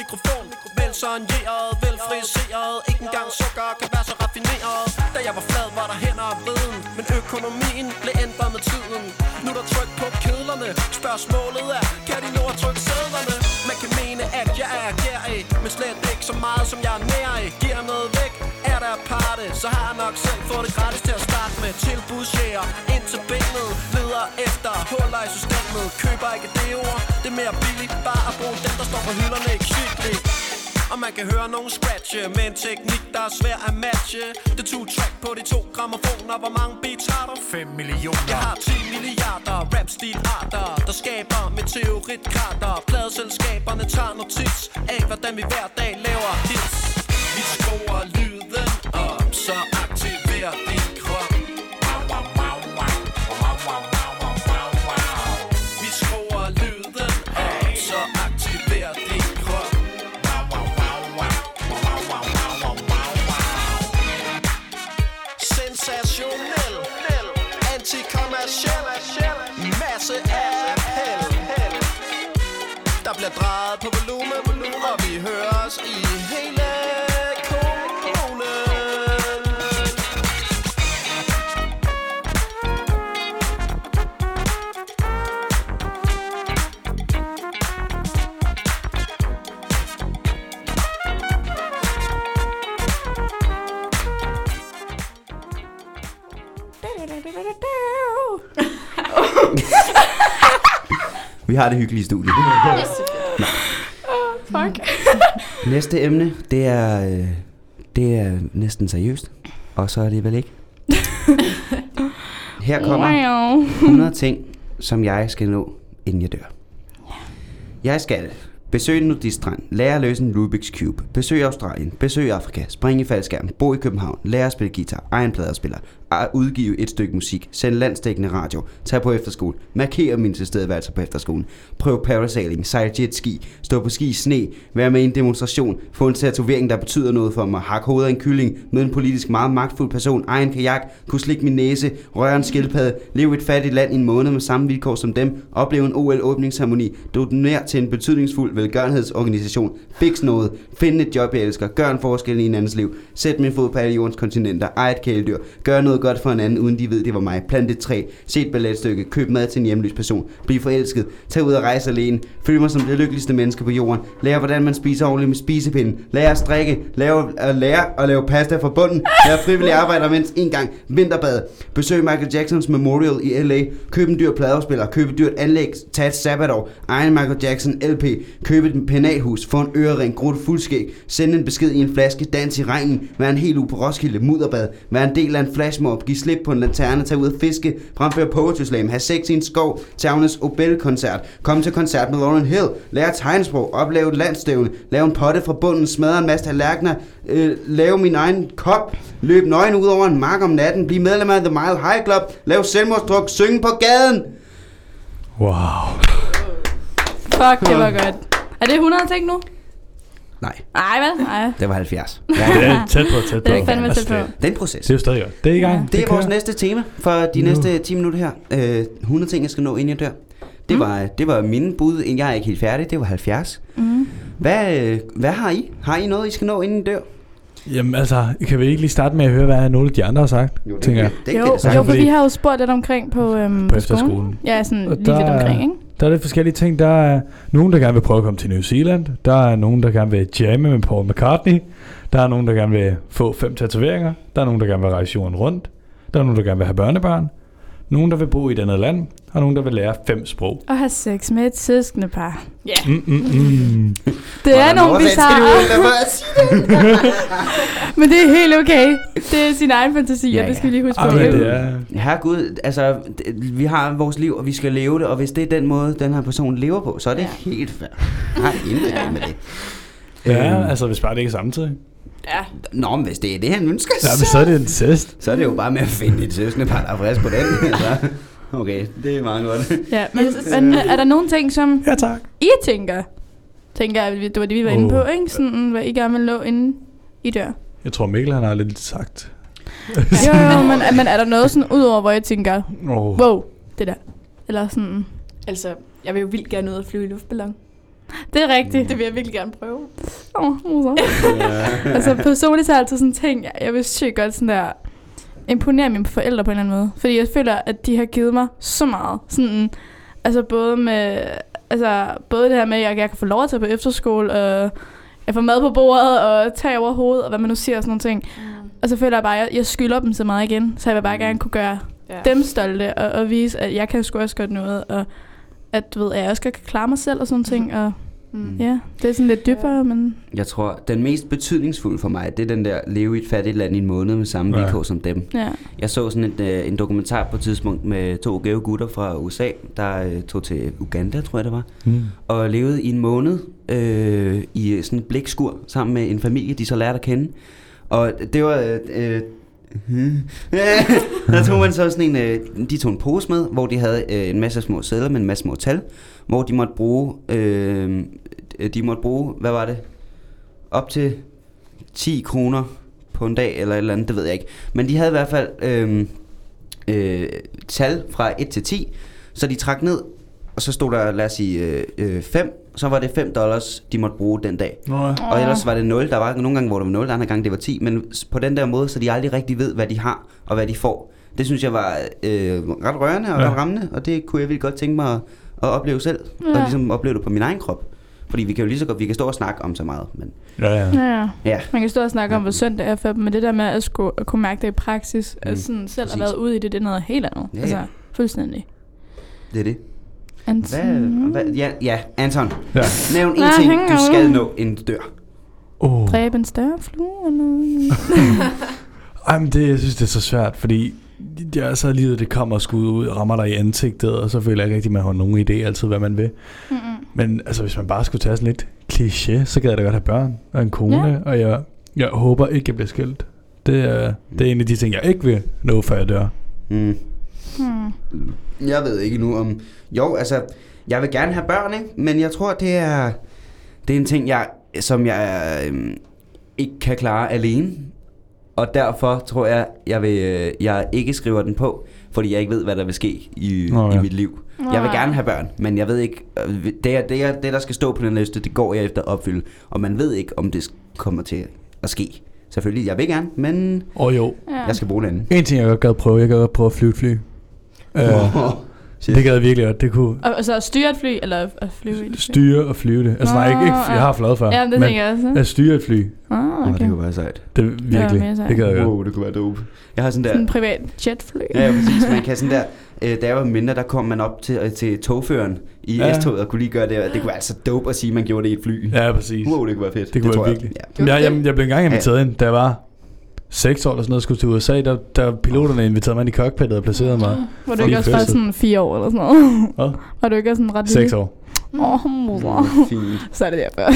mikrofon. Vel sonjeret, vel friseret. Ikke engang sukker kan være så raffineret. Da jeg var flad, var der hænder og vriden. Men økonomien blev ændret med tiden. Nu er der tryk på kedlerne. Spørgsmålet er, kan de nå at trykke sædlerne? Man kan mene, at jeg er gærig, men slet ikke så meget, som jeg er nær i. Giver noget væk, er der parte, så har jeg nok selv fået det gratis til at starte med. Tilbudsjæger ind til benet, leder efter huller i systemet. Køber ikke det ord, det er mere billigt bare at bruge den, der står på hylderne i Kvickly. Og man kan høre nogen scratche med en teknik, der er svær at matche. Det to track på de to grammofoner. Hvor mange beats har du? fem millioner. Jeg har ti milliarder rap-stil-arter, der skaber meteoritkrater. Pladeselskaberne tager notits af, hvordan vi hver dag laver hits. Vi skruer lyden op, så aktiver din krop. Vi skruer lyden op, så aktiver din krop. Sensationel, antikommerciel, masse appel. Der bliver drejet på volumen, og vi hører os i hele kommunen. Vi har det hyggelige studie. Fuck. Næste emne, det er, øh, det er næsten seriøst. Og så er det vel ikke. Her kommer hundrede ting, som jeg skal nå, inden jeg dør. Jeg skal besøge en nudiststrand, lære at løse en Rubik's Cube, besøge Australien, besøge Afrika, springe i faldskærm, bo i København, lære at spille guitar, egen pladerspiller, udgive et stykke musik, sende landsdækkende radio, tage på efterskole, markere min tilstedeværelse på efterskolen, prøve parasailing, sejle jetski, stå på ski i sne, være med i en demonstration, få en tatovering, der betyder noget for mig, hakke hovedet af en kylling, møde en politisk meget magtfuld person, eje en kajak, kunne slikke min næse, røre en skildpadde, leve i et fattigt land i en måned med samme vilkår som dem, opleve en O L-åbningsceremoni, donere til en betydningsfuld velgørenhedsorganisation, fix noget, finde et job jeg elsker, gør en forskel i en andens liv, sæt min fod på alle jordens kontinenter, eje et kæledyr, gør noget godt for en anden, uden de ved, det var mig. Plant et træ, se et balletstykke, køb mad til en hjemløs person, bliv forelsket, tag ud og rejse alene, føl mig som det lykkeligste menneske på jorden, lære hvordan man spiser ordentligt med spisepinden, lære at strikke, lære at lære at lave pasta fra bunden, lære frivillig arbejde mindst en gang, vinterbad, besøg Michael Jacksons Memorial i L A, køb en dyr pladeafspiller, køb et dyrt anlæg, tag et sabbatår, eje en Michael Jackson L P, køb et penalhus, få en ørering, gro et fuldskæg, send en besked i en flaske, dans i regnen, være en hel uge på Roskilde, mudderbad, være en del af en flashmob, give slip på en lanterne, tage ud og fiske, fremføre poetry slam, have sex i en skov, til Agnes Obel-koncert, komme til koncert med Lauryn Hill, lære tegnsprog, opleve et landstævne, lave en potte fra bunden, smadre en masse tallerkener, øh, lave min egen kop, løbe nøgen ud over en mark om natten, blive medlem af The Mile High Club, lave selvmordsdruk, synge på gaden. Wow. Fuck, det var godt. Er det hundrede ting nu? Nej. Nej, hvad? Nej. Det var halvfjerds. Det er tæt på, tæt på. Det er fandme tæt på. Det er en proces. Det er jo stadig godt. Det er i gang. Det er kører. vores næste tema for de næste ti minutter her. Øh, hundrede ting, jeg skal nå, inden jeg dør. Det, mm. var, det var mine bud, inden jeg er ikke helt færdig. Det var halvfjerds. Mm. Hvad, øh, hvad har I? Har I noget, I skal nå, inden I dør? Jamen altså, kan vi ikke lige starte med at høre, hvad nogle af de andre har sagt? Jo, det, tænker jeg. det, det, jo, det, det, jo, for vi har jo spurgt lidt omkring på, øhm, på på efterskolen. skolen. Ja, sådan Og lige der lidt er- omkring, ikke? Der er lidt forskellige ting. Der er nogen, der gerne vil prøve at komme til New Zealand. Der er nogen, der gerne vil jamme med Paul McCartney. Der er nogen, der gerne vil få fem tatoveringer. Der er nogen, der gerne vil rejse jorden rundt. Der er nogen, der gerne vil have børnebørn. Nogen, der vil bo i et andet land. Og nogen, der vil lære fem sprog. Og have sex med et søskendepar. Ja. Mm, mm, mm. Det er nogle bizarre, men det er helt okay. Det er sin egen fantasi, Ja, og det skal ja. vi lige huske Ej, på. men det er... Herregud, altså, det- vi har vores liv, og vi skal leve det, og hvis det er den måde, den her person lever på, så er det Ja. helt fair. Jeg har intet galt med det. Ja, Øhm, altså hvis bare det ikke er samtidig. Ja. Nå, men hvis det er det, han ønsker, Ja, men så er det en test. så er det jo bare med at finde et søskendepar, der er frisk på den. Altså, okay, det er meget godt. Ja, men, men er der nogle ting, som Ja, tak. I tænker? Tænker jeg, det var det, vi var inde på, ikke? Sådan, hvad I gerne vil nå, inden I dør. Jeg tror Mikkel, han har lidt sagt. Jo, jo, men, men er der noget sådan ud over, hvor jeg tænker, Oh. wow, det der? Eller sådan, Altså, jeg vil jo vildt gerne ud og flyve i luftballon. Det er rigtigt. Det vil jeg virkelig gerne prøve. Åh, oh, altså personligt har jeg altid sådan ting, jeg, jeg vil sygt godt sådan der imponere mine forældre på en eller anden måde. Fordi jeg føler, at de har givet mig så meget. Sådan, altså både med, altså både det her med, at jeg, jeg kan få lov at tage på efterskole, og jeg får mad på bordet, og tage over hovedet, og hvad man nu siger og sådan nogle ting. Mm. Og så føler jeg bare, at jeg, jeg skylder dem så meget igen. Så jeg vil bare gerne kunne gøre ja. dem stolte, og, og vise, at jeg kan sgu også godt noget, og at, du ved, at jeg også kan klare mig selv og sådan nogle ting, og Mm. ja, det er sådan lidt dybere, ja. men... Jeg tror, den mest betydningsfulde for mig, det er den der leve i et fattigt land i en måned med samme ja. vilkår som dem. Ja. Jeg så sådan et, uh, en dokumentar på et tidspunkt med to gave gutter fra U S A, der uh, tog til Uganda, tror jeg det var, mm. og levede i en måned uh, i sådan et blækskur sammen med en familie, de så lærte at kende. Og det var... Uh, der tog man så sådan en, de tog en pose med, hvor de havde en masse små sedler med en masse små tal, hvor de måtte bruge, øh, de måtte bruge, hvad var det, op til ti kroner på en dag eller et eller andet, det ved jeg ikke. Men de havde i hvert fald øh, øh, tal fra et til ti, så de trak ned, og så stod der, lad os sige, øh, fem, så var det fem dollars, de måtte bruge den dag. Nå ja. Og ellers var det nul. Der var nogle gange, hvor det var nul, der andre gange det var ti. Men på den der måde, så de aldrig rigtig ved, hvad de har og hvad de får. Det synes jeg var øh, ret rørende og ja. ret rammende, og det kunne jeg virkelig godt tænke mig at, at opleve selv. Ja. Og ligesom opleve det på min egen krop. Fordi vi kan jo lige så godt, vi kan stå og snakke om så meget. Men ja, ja. Ja, ja. Man kan stå og snakke om, hvor sundt det er for dem, men det der med at, skulle, at kunne mærke det i praksis, mm. at sådan selv at have været ude i det, det er noget helt andet. Ja, ja. Altså, fuldstændig. Det er det. Anton. Hvad, hvad, ja, ja, Anton. Ja. Nævn en ting, du skal nå, inden du dør. Oh. Dræbe en større flue eller Ej, men det, jeg synes, det er så svært, fordi jeg er så livet, det kommer og skud ud og rammer dig i ansigtet, og så føler jeg ikke rigtig, at man har nogen idé altid, hvad man vil. Mm-hmm. Men altså, hvis man bare skulle tage sådan lidt kliché, så gad jeg da godt have børn og en kone, ja. og jeg, jeg håber ikke, jeg bliver skilt. Det er, mm. det er en af de ting, jeg ikke vil nå, før jeg dør. Mm. Hmm. Jeg ved ikke nu om... Jo, altså, jeg vil gerne have børn, ikke? Men jeg tror, det er... Det er en ting, jeg, som jeg øh, ikke kan klare alene. Og derfor tror jeg, jeg, vil, øh, jeg ikke skriver den på, fordi jeg ikke ved, hvad der vil ske i, oh, ja. i mit liv. Oh, jeg vil gerne have børn, men jeg ved ikke... Det, er, det, er, det, der skal stå på den liste, det går jeg efter at opfylde. Og man ved ikke, om det kommer til at ske. Selvfølgelig, jeg vil gerne, men... Åh oh, jo. Jeg skal bruge den anden. En ting, jeg godt gad prøve, jeg gad prøve at flyve et fly. Uh, oh, det gad jeg virkelig godt, det kunne... Og så styre et fly, eller at flyve et fly? Styre og flyve det. Altså oh, nej, ikke, ikke, jeg har fløjet før. Ja, det tænker jeg også. At styre et fly. Oh, okay. Oh, det kunne være sejt. Det virkelig, det, det gad jeg godt. Wow, det kunne være dope. Jeg har sådan der... Sådan en privat jetfly. Ja, præcis. Man kan sådan der... Øh, da jeg var mindre, der kom man op til, til togføreren i ja. S-toget og kunne lige gøre det. Det kunne være altså dope at sige, at man gjorde det i et fly. Ja, præcis. Wow, det kunne være fedt. Det kunne det være virkelig. Jeg, ja. jeg, jeg, jeg blev engang inviteret ja. ind, da jeg var seks år eller sådan noget, skulle til U S A, der, der piloterne inviterede mig ind i cockpittet og placerede mig. Var du ikke også bare sådan fire år eller sådan noget? Hvad? Var du ikke også sådan ret lille? Seks år. Åh, oh, mor. Så er det derfor.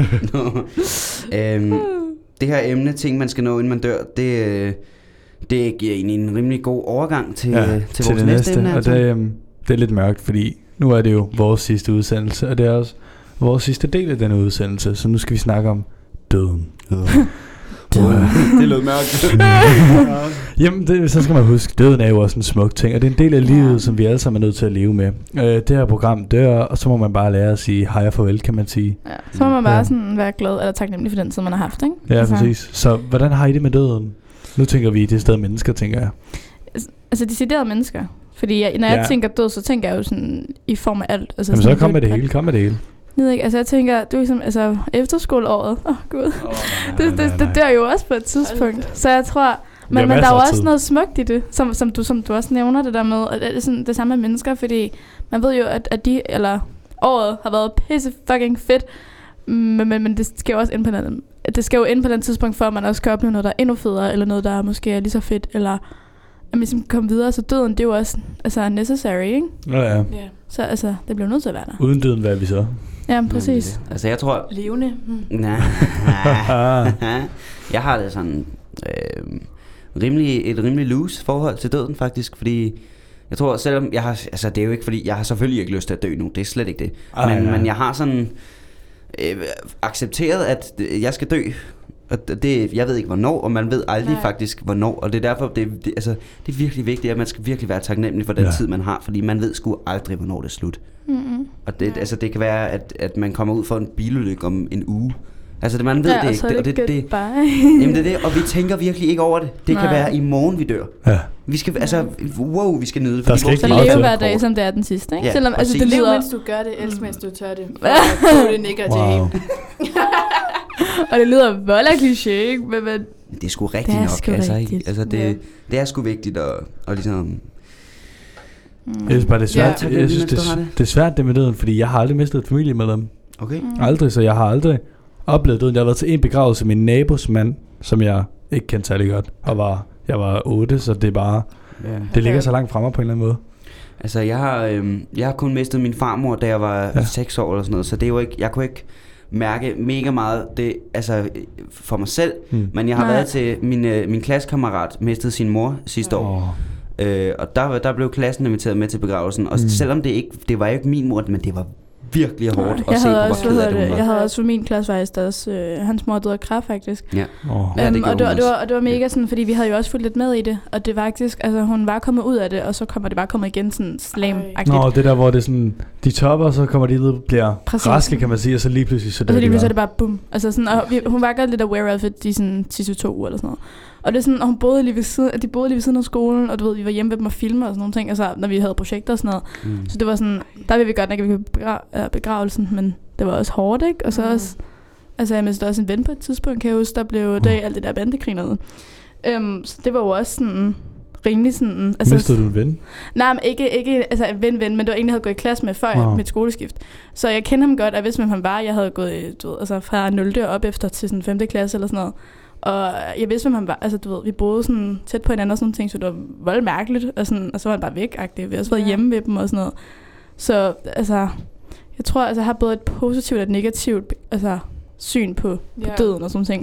øhm, det her emne, ting man skal nå, inden man dør, det, det giver egentlig en rimelig god overgang til, ja, til, til vores det næste emne. Og det, um, det er lidt mørkt, fordi nu er det jo vores sidste udsendelse, og det er også vores sidste del af denne udsendelse, så nu skal vi snakke om døden. Det lød mørkt. Jamen, det, så skal man huske, døden er jo også en smuk ting, og det er en del af livet, ja. som vi alle sammen er nødt til at leve med. Øh, det her program dør, og så må man bare lære at sige hej og farvel, kan man sige. Ja, så må man bare ja. sådan være glad eller taknemmelig for den tid, man har haft, ikke? Ja, altså. præcis. Så hvordan har I det med døden? Nu tænker vi, det er stadig mennesker, tænker jeg. Altså, deciderede mennesker. Fordi jeg, når jeg ja. tænker død, så tænker jeg jo sådan i form af alt. Altså, Jamen, så kom med det hele, kom med det hele. Jeg ved ikke, altså jeg tænker, du er ligesom, altså efterskoleåret, åh oh, gud, oh, nej, det, det, det dør jo også på et tidspunkt, så jeg tror, men, men der er jo også tid. noget smukt i det, som, som, du, som du også nævner det der med, og det er sådan det samme med mennesker, fordi man ved jo, at, at de, eller året har været pisse fucking fedt, men, men, men det skal jo også ind på den, det skal jo ind på den tidspunkt, for at man også kan opleve noget, der er endnu federe, eller noget, der måske er lige så fedt, eller at man ligesom kan komme videre, så døden, det er jo også altså necessary, ikke? Ja, ja. Så altså, det bliver nødt til at være der. Uden døden, hvad er vi så? Ja, præcis. Altså jeg tror... Levende. Hmm. Nej. Jeg har det sådan... Øh, rimelig, et rimelig loose forhold til døden faktisk, fordi... Jeg tror, selvom jeg har... Altså det er jo ikke fordi... Jeg har selvfølgelig ikke lyst til at dø nu. Det er slet ikke det. Ej, men, men jeg har sådan... Øh, accepteret, at jeg skal dø Og det, jeg ved ikke hvornår, og man ved aldrig Nej. faktisk hvornår. Og det er derfor, det, det, altså, det er virkelig vigtigt, at man skal virkelig være taknemmelig for den Ja. tid, man har. Fordi man ved sgu aldrig, hvornår det er slut. Mm-hmm. Og det, altså, det kan være, at, at man kommer ud for en bilulykke om en uge. Altså, det, man ved Ja, det og ikke. så er Det, og det det, det, goodbye. jamen, det er det, og vi tænker virkelig ikke over det. Det kan Nej. være i morgen, vi dør. Ja. Vi skal, altså, wow, vi skal nyde det. Der fordi skal vores ikke Så liv meget er leve til. hver kort. dag, som det er den sidste, ikke? Ja, Selvom, altså, det præcis. Lev, lyder... mens du gør det. Elsk, mens du tør det. For at få det negative. Wow. Og det lyder voldelig kliché, ikke? Men, men Det er sgu rigtigt Det er nok. sgu altså, rigtigt. ikke? Altså, det, Ja. det er sgu vigtigt at, at ligesom... Jeg synes bare, det er svært, Ja. ja. jeg synes, det, Mens du har er, det. det er svært det med døden, fordi jeg har aldrig mistet et familiemedlem. Okay. Mm. Aldrig, så jeg har aldrig oplevet døden. Jeg har været til en begravelse med min nabos mand, som jeg ikke kendte særlig godt, og var, jeg var otte, så det er bare, Ja. det ligger så langt fremme på en eller anden måde. Altså, jeg har, øhm, jeg har kun mistet min farmor, da jeg var Ja. seks år eller sådan noget, så det er jo ikke, jeg kunne ikke mærke mega meget det, altså for mig selv, Hmm. men jeg har Nej. været til, min, øh, min klassekammerat mistede sin mor sidste år, Åh. øh, og der, der blev klassen inviteret med til begravelsen, og Mm. selvom det ikke, det var ikke min mor, men det var virkelig hårdt jeg at se på, havde hvor også, ked hvad af hedder det hun det, jeg var. havde også for min klasse faktisk også, øh, hans mor døde af kræft faktisk. Ja. Åh. Ja, det Øhm, gjorde og, det var, hun det var, også. og det var mega sådan, fordi vi havde jo også fulgt lidt med i det, og det var faktisk, altså hun var kommet ud af det, og så kommer det bare kommet igen sådan slam-agtigt. Nå, det der, hvor det er sådan, de topper, så kommer de ned og bliver Præcis. raske, kan man sige, og så lige pludselig så Og dør så lige de pludselig er bare. det bare bum. Altså sådan, og vi, hun var godt lidt aware of it de sådan, sidste to uger eller sådan noget. Og det er sådan, og hun boede lige ved siden, de boede lige ved siden af skolen, og du ved, vi var hjemme ved dem og filme og sådan nogle ting, altså når vi havde projekter og sådan noget. Mm. Så det var sådan, der ville vi godt nok ikke begra- øh, begravelsen, men det var også hårdt, ikke? Og så Mm. også, altså jeg mistede også en ven på et tidspunkt, kan jeg huske, der blev der alt det der bandekrig noget. Øhm, så det var jo også sådan, rimelig sådan... Altså, Mistede du en ven? Nej, men ikke, ikke altså en ven-ven, men det var en, jeg havde gået i klasse med før Wow. wow. mit skoleskift. Så jeg kendte ham godt, og jeg vidste, hvem han var. Jeg havde gået du ved, altså, fra nul og op efter til sådan femte klasse eller sådan noget. Og jeg vidste, hvem han var. Altså, du ved, vi boede sådan tæt på hinanden og sådan nogle ting, så det var voldt mærkeligt. Og, sådan, og så var han bare væk-agtig. Vi har også været Ja. hjemme ved dem og sådan noget. Så altså, jeg tror, altså, jeg har både et positivt og et negativt altså, syn på, på Ja. døden og sådan ting.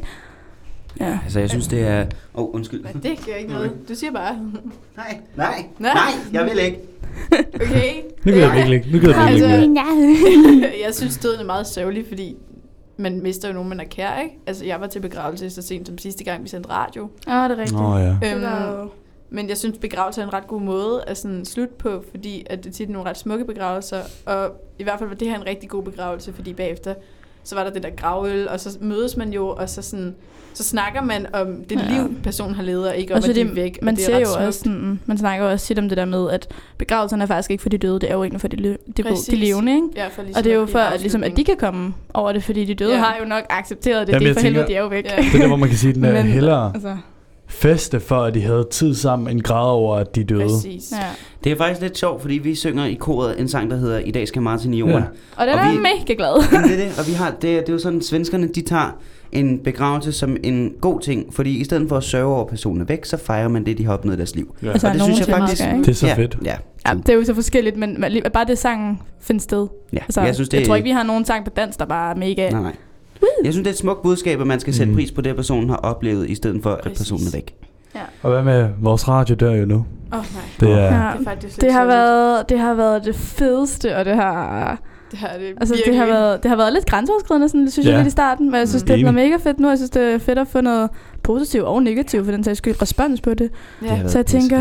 Ja. Altså, jeg synes, det er... Åh, oh, undskyld. Nej, det gør ikke noget. Du siger bare. Nej, nej, Nej. nej, jeg vil ikke. Okay. Nu gider jeg virkelig ikke. Nu gider jeg virkelig ikke. Altså, jeg synes, døden er meget sørgelig, fordi man mister jo nogen, man er kær, ikke? Altså, jeg var til begravelse så sent som sidste gang, vi sendte radio. Åh, det er rigtigt. Nå ja. Det var jo- Øhm, men jeg synes, begravelse er en ret god måde at sådan slutte på, fordi at det tit er nogle ret smukke begravelser. Og i hvert fald var det her en rigtig god begravelse, fordi bagefter, så var der det der gravøl, og så mødes man jo, og så sådan... Så snakker man om det Ja. liv, personen har levet, og ikke om, Og så at de det, er væk. man og det er ser ret jo smukt. også sådan, man snakker jo også tit om det der med, at begravelserne er faktisk ikke for de døde, det er jo egentlig for de, lø- de, Præcis. de levende, ikke? Ja, for ligesom Og det er jo at for, give en at, ligesom, at de afslutning. kan komme over det, fordi de døde Ja. har jo nok accepteret det. Jamen, det er jeg for helvede, tænker- de er jo væk. Ja. Det er der, hvor man kan sige, den er Men, hellere Altså, feste for, at de havde tid sammen, en grad over, at de døde. Præcis. ja. Det er faktisk lidt sjovt, fordi vi synger i koret en sang, der hedder I dag skal Martin i jorden. Ja. Og den Og er vi- mega glad. Jamen, det er det, og vi har, det, er- det er jo sådan, svenskerne, de tager en begravelse som en god ting, fordi i stedet for at sørge over, at personen er væk, så fejrer man det, de har opnået i deres liv. Ja. Altså, Og det nogen synes jeg til faktisk- mennesker, ikke? Det er så ja, fedt. Ja, Ja, det er jo så forskelligt, men men lige- bare det sangen finder sted. ja. Altså, jeg synes, det jeg tror ikke, vi har nogen sang på dans, der bare er mega... Nej, nej. Jeg synes, det er et smukt budskab, at man skal sætte Mm. pris på det, personen har oplevet, i stedet for, at Præcis. personen er væk. Og hvad med vores radio dør jo nu? Åh, oh, nej. Det er... Ja. Det er faktisk Det lidt har, sørgeligt. været, det har været det fedeste, og det har... Det har det Altså, det virkelig. har, været, det har været lidt grænseoverskridende, sådan, det synes Ja. jeg lidt i starten, men jeg synes, Mm. det er blevet Enig. mega fedt nu. Jeg synes, det er fedt at få noget positivt og negativt, for den sags skyld, respons på det. Det har Ja. været Så jeg tænker...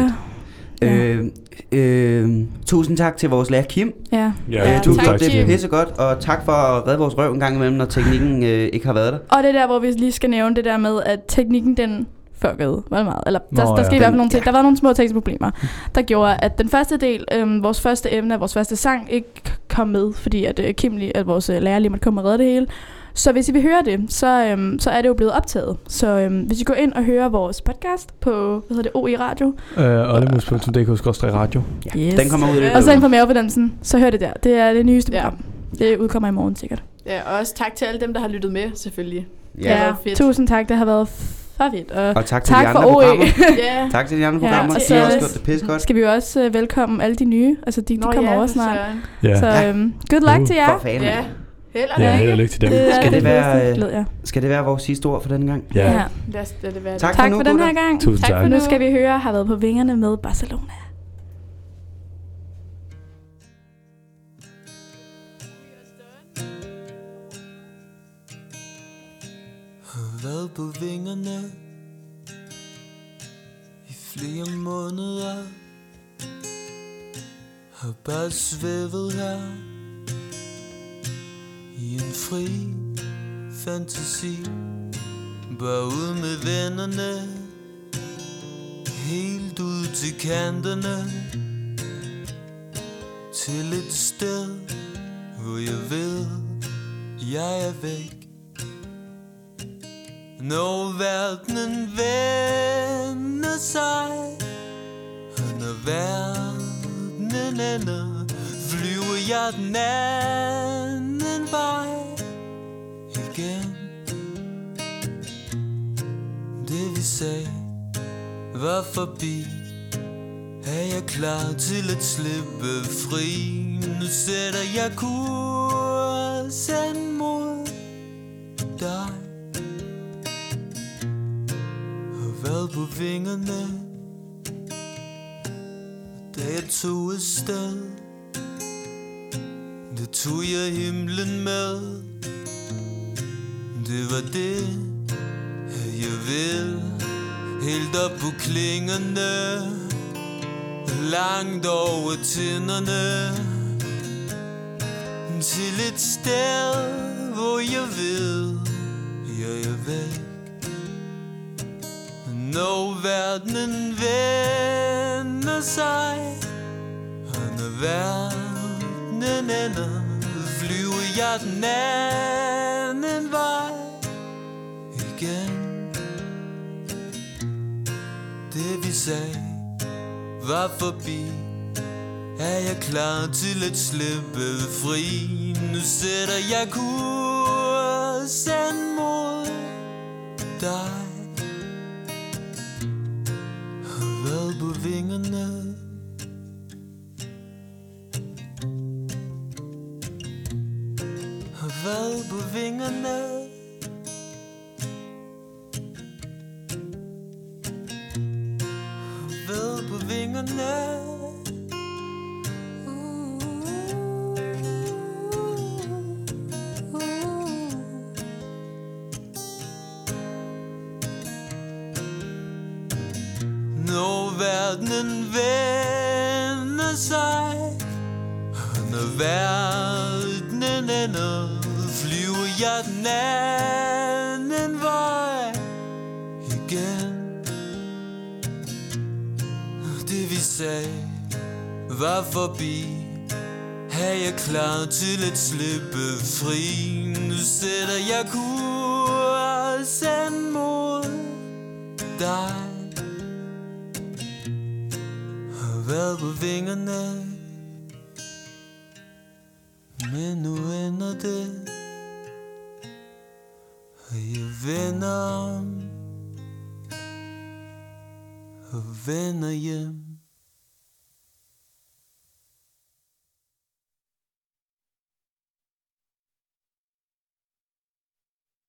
Øh, øh, tusind tak til vores lærer Kim. Ja. Ja, Ja, tusind tak, tak Det til er Kim. pissegodt, og tak for at redde vores røv en gang imellem, når teknikken øh, ikke har været der. Og det er der, hvor vi lige skal nævne det der med, at teknikken, den fuckede meget meget. Eller der, Nå, der ja. skete i hvert fald Den- nogle ting. ja. Der var nogle små tekniske problemer, der gjorde, at den første del, øhm, vores første emne, vores første sang, ikke kom med, fordi at øh, Kim, lige, at vores øh, lærer lige måtte komme og redde det hele. Så hvis I vil høre det, så, øhm, så er det jo blevet optaget. Så øhm, hvis I går ind og hører vores podcast på, hvad hedder det, O I Radio. Øh, ollemus punktum d k skråstreg radio. Ja, Yes. Den kommer ud af Og så det. ind på mavefordansen, så hør det der. Det er det nyeste Ja. program. Det udkommer i morgen sikkert. Ja, og også tak til alle dem, der har lyttet med, selvfølgelig. Ja. Det har været fedt. Tusind tak, det har været for fedt. Og Og tak til tak de for andre O I. programmer. Ja. Tak til de andre Ja, programmer. og De så har også gjort det pissegodt. skal vi jo også øh, velkomme alle de nye. Altså, de, de Nå kommer ja, over for snart. søren. Ja. Så Ja. øhm, good luck Uh, til jer. For fanden. Ja. Held og Ja, lykke. held og lykke til dem. Det er Skal det det være, bedste, øh, glæder jeg. Skal det være vores sidste ord for denne gang? Ja. Ja. Lad os lade det være Tak det. for Tak nu, for den her gutter. gang. Tusind tak. Og nu skal vi høre, har været på vingerne med Barcelona. Har været på vingerne i flere måneder. Har bare svævet her i en fri fantasi. Bare ud med vennerne, helt ud til kanterne, til et sted, hvor jeg ved, jeg er væk. Når verdenen vender sig, og når verdenen ender, flyver jeg den anden vej igen. Det vi sagde var forbi. Er jeg klar til at slippe fri? Nu sætter jeg kursen mod dig. Har været på vingerne, da jeg tog afsted. Der tog jeg himlen med. Det var det, jeg vil. Helt op på klingerne, langt over tænderne, til et sted, hvor jeg ved, jeg er væk. Når verdenen vender sig, og når verdenen ender, flyver jeg den anden vej igen. Det vi sagde var forbi. Er jeg klar til at slippe fri? Nu sætter jeg kursen mod dig. Har været på vingerne, har været på vingerne. På vingerne. Når verdenen vender sig, og når verdenen ender, flyver jeg den anden vej igen. Det vi sagde var forbi. Er jeg klar til at slippe fri? Nu sætter jeg kursen mod dig. Har været på vingerne, men nu ender det, og jeg vender om og vender hjem.